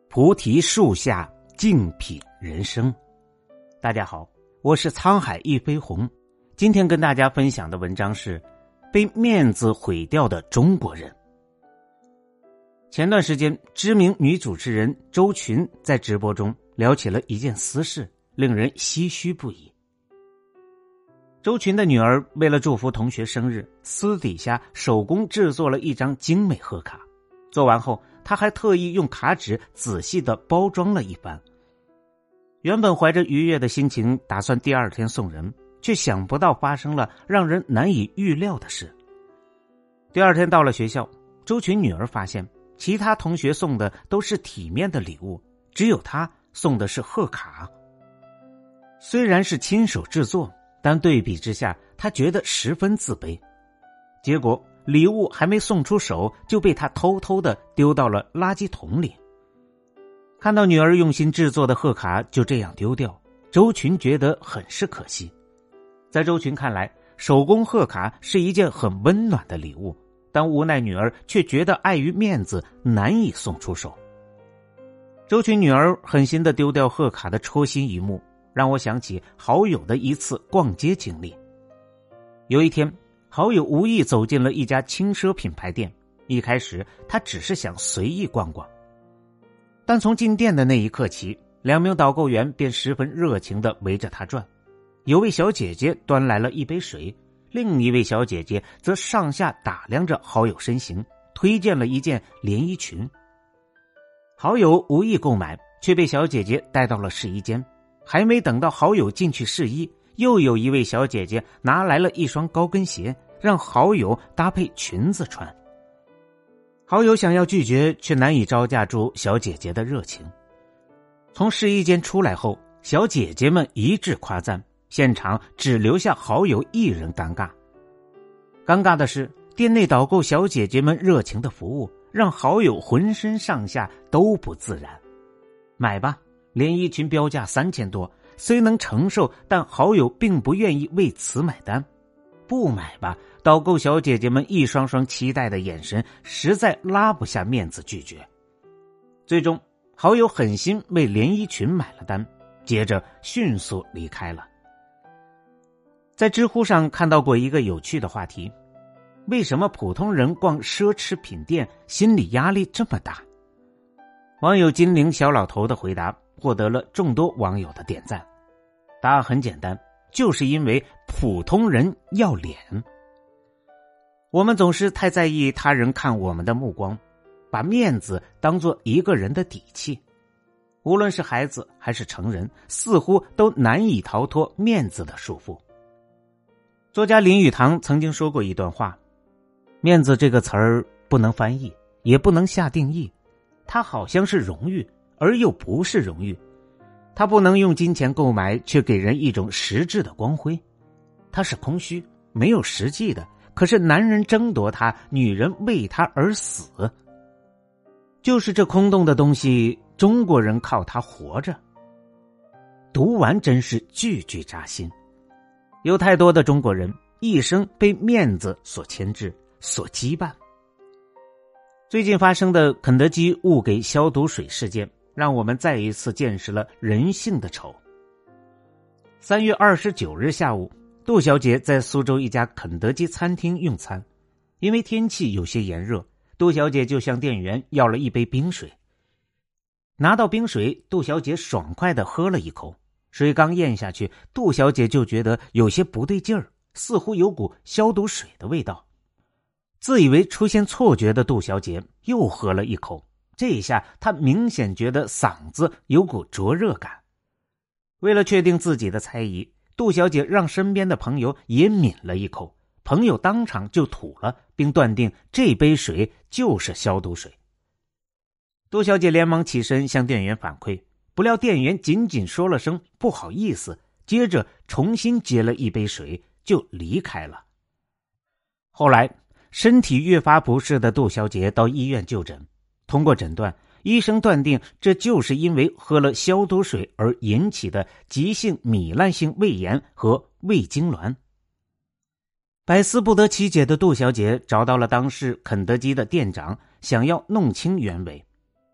菩提树下静品人生。大家好，我是沧海一飞鸿。今天跟大家分享的文章是被面子毁掉的中国人。前段时间，知名女主持人周群在直播中聊起了一件私事，令人唏嘘不已。周群的女儿为了祝福同学生日，私底下手工制作了一张精美贺卡，做完后他还特意用卡纸仔细地包装了一番。原本怀着愉悦的心情打算第二天送人，却想不到发生了让人难以预料的事。第二天到了学校，周群女儿发现其他同学送的都是体面的礼物，只有她送的是贺卡。虽然是亲手制作，但对比之下她觉得十分自卑。结果礼物还没送出手，就被他偷偷地丢到了垃圾桶里。看到女儿用心制作的贺卡就这样丢掉，周群觉得很是可惜。在周群看来，手工贺卡是一件很温暖的礼物，但无奈女儿却觉得碍于面子难以送出手。周群女儿狠心地丢掉贺卡的戳心一幕，让我想起好友的一次逛街经历。有一天，好友无意走进了一家轻奢品牌店，一开始他只是想随意逛逛，但从进店的那一刻起，两名导购员便十分热情地围着他转。有位小姐姐端来了一杯水，另一位小姐姐则上下打量着好友身形，推荐了一件连衣裙。好友无意购买，却被小姐姐带到了试衣间，还没等到好友进去试衣，又有一位小姐姐拿来了一双高跟鞋，让好友搭配裙子穿。好友想要拒绝，却难以招架住小姐姐的热情。从试衣间出来后，小姐姐们一致夸赞，现场只留下好友一人尴尬。尴尬的是，店内导购小姐姐们热情的服务，让好友浑身上下都不自然。买吧，连衣裙标价3000多，虽能承受，但好友并不愿意为此买单。不买吧，导购小姐姐们一双双期待的眼神实在拉不下面子拒绝。最终，好友狠心为连衣裙买了单，接着迅速离开了。在知乎上看到过一个有趣的话题：为什么普通人逛奢侈品店心理压力这么大？网友金陵小老头的回答获得了众多网友的点赞。答案很简单，就是因为普通人要脸。我们总是太在意他人看我们的目光，把面子当作一个人的底气。无论是孩子还是成人，似乎都难以逃脱面子的束缚。作家林语堂曾经说过一段话：面子这个词儿不能翻译，也不能下定义，它好像是荣誉，而又不是荣誉。它不能用金钱购买，却给人一种实质的光辉。它是空虚，没有实际的，可是男人争夺它，女人为它而死。就是这空洞的东西，中国人靠它活着。读完真是句句扎心。有太多的中国人一生被面子所牵制，所羁绊。最近发生的肯德基误给消毒水事件，让我们再一次见识了人性的丑。3月29日下午，杜小姐在苏州一家肯德基餐厅用餐，因为天气有些炎热，杜小姐就向店员要了一杯冰水。拿到冰水，杜小姐爽快地喝了一口，水刚咽下去，杜小姐就觉得有些不对劲儿，似乎有股消毒水的味道。自以为出现错觉的杜小姐又喝了一口，这一下她明显觉得嗓子有股灼热感。为了确定自己的猜疑，杜小姐让身边的朋友也抿了一口，朋友当场就吐了，并断定这杯水就是消毒水。杜小姐连忙起身向店员反馈，不料店员仅仅说了声不好意思，接着重新接了一杯水就离开了。后来身体越发不适的杜小姐到医院就诊，通过诊断，医生断定这就是因为喝了消毒水而引起的急性糜烂性胃炎和胃痉挛。百思不得其解的杜小姐找到了当时肯德基的店长，想要弄清原委。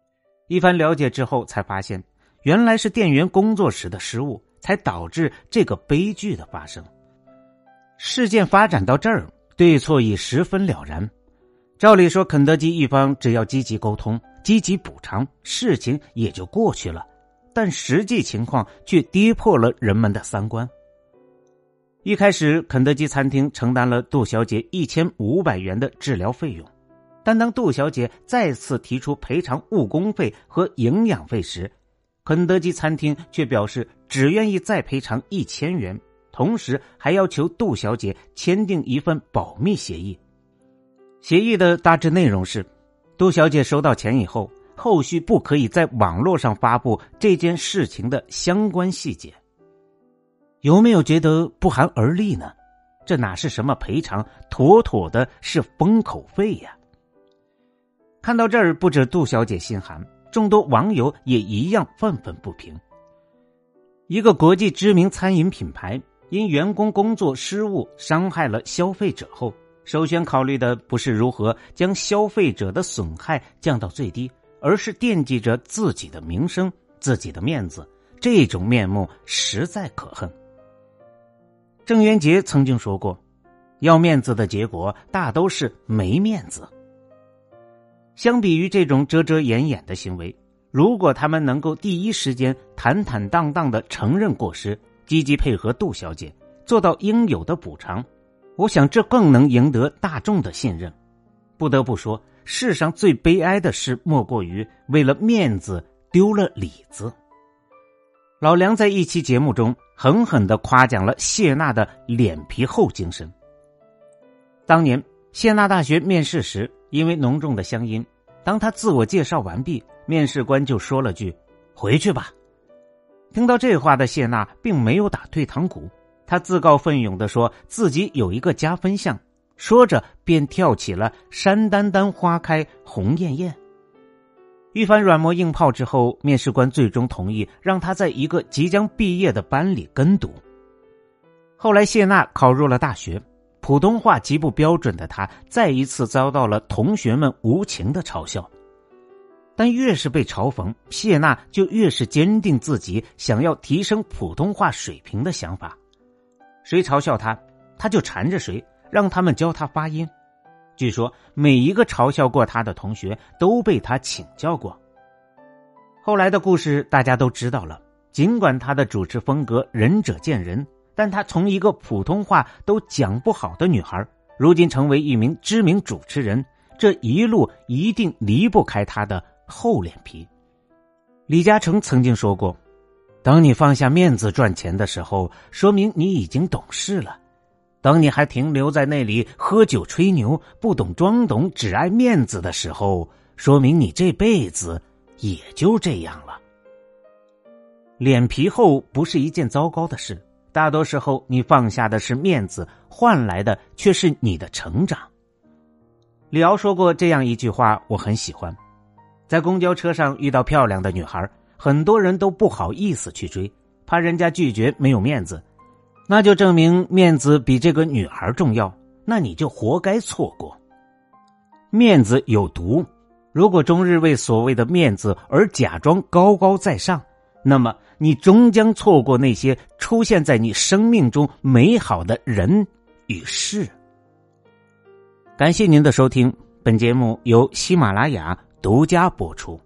一番了解之后才发现，原来是店员工作时的失误，才导致这个悲剧的发生。事件发展到这儿，对错已十分了然。照理说，肯德基一方只要积极沟通，积极补偿，事情也就过去了，但实际情况却跌破了人们的三观。一开始，肯德基餐厅承担了杜小姐1500元的治疗费用，但当杜小姐再次提出赔偿误工费和营养费时，肯德基餐厅却表示只愿意再赔偿1000元，同时还要求杜小姐签订一份保密协议。协议的大致内容是，杜小姐收到钱以后，后续不可以在网络上发布这件事情的相关细节。有没有觉得不寒而栗呢？这哪是什么赔偿，妥妥的是封口费呀！看到这儿，不止杜小姐心寒，众多网友也一样愤愤不平。一个国际知名餐饮品牌因员工工作失误伤害了消费者后，首先考虑的不是如何将消费者的损害降到最低，而是惦记着自己的名声、自己的面子，这种面目实在可恨。郑渊洁曾经说过，要面子的结果大都是没面子。相比于这种遮遮掩掩的行为，如果他们能够第一时间坦坦荡荡地承认过失，积极配合杜小姐，做到应有的补偿，我想这更能赢得大众的信任。不得不说，世上最悲哀的事莫过于为了面子丢了里子。老梁在一期节目中狠狠地夸奖了谢娜的脸皮厚精神。当年谢娜大学面试时，因为浓重的乡音，当她自我介绍完毕，面试官就说了句回去吧。听到这话的谢娜并没有打退堂鼓，她自告奋勇地说自己有一个加分项，说着便跳起了山丹丹花开红艳艳。一番软磨硬泡之后，面试官最终同意让他在一个即将毕业的班里跟读。后来谢娜考入了大学，普通话极不标准的她再一次遭到了同学们无情的嘲笑。但越是被嘲讽，谢娜就越是坚定自己想要提升普通话水平的想法。谁嘲笑她，她就缠着谁，让他们教她发音。据说每一个嘲笑过他的同学都被他请教过。后来的故事大家都知道了，尽管他的主持风格仁者见仁，但他从一个普通话都讲不好的女孩，如今成为一名知名主持人，这一路一定离不开他的厚脸皮。李嘉诚曾经说过，当你放下面子赚钱的时候，说明你已经懂事了。当你还停留在那里喝酒吹牛，不懂装懂，只爱面子的时候，说明你这辈子也就这样了。脸皮厚不是一件糟糕的事，大多时候你放下的是面子，换来的却是你的成长。李敖说过这样一句话，我很喜欢。在公交车上遇到漂亮的女孩，很多人都不好意思去追，怕人家拒绝没有面子。那就证明面子比这个女孩重要，那你就活该错过。面子有毒，如果终日为所谓的面子而假装高高在上，那么你终将错过那些出现在你生命中美好的人与事。感谢您的收听，本节目由喜马拉雅独家播出。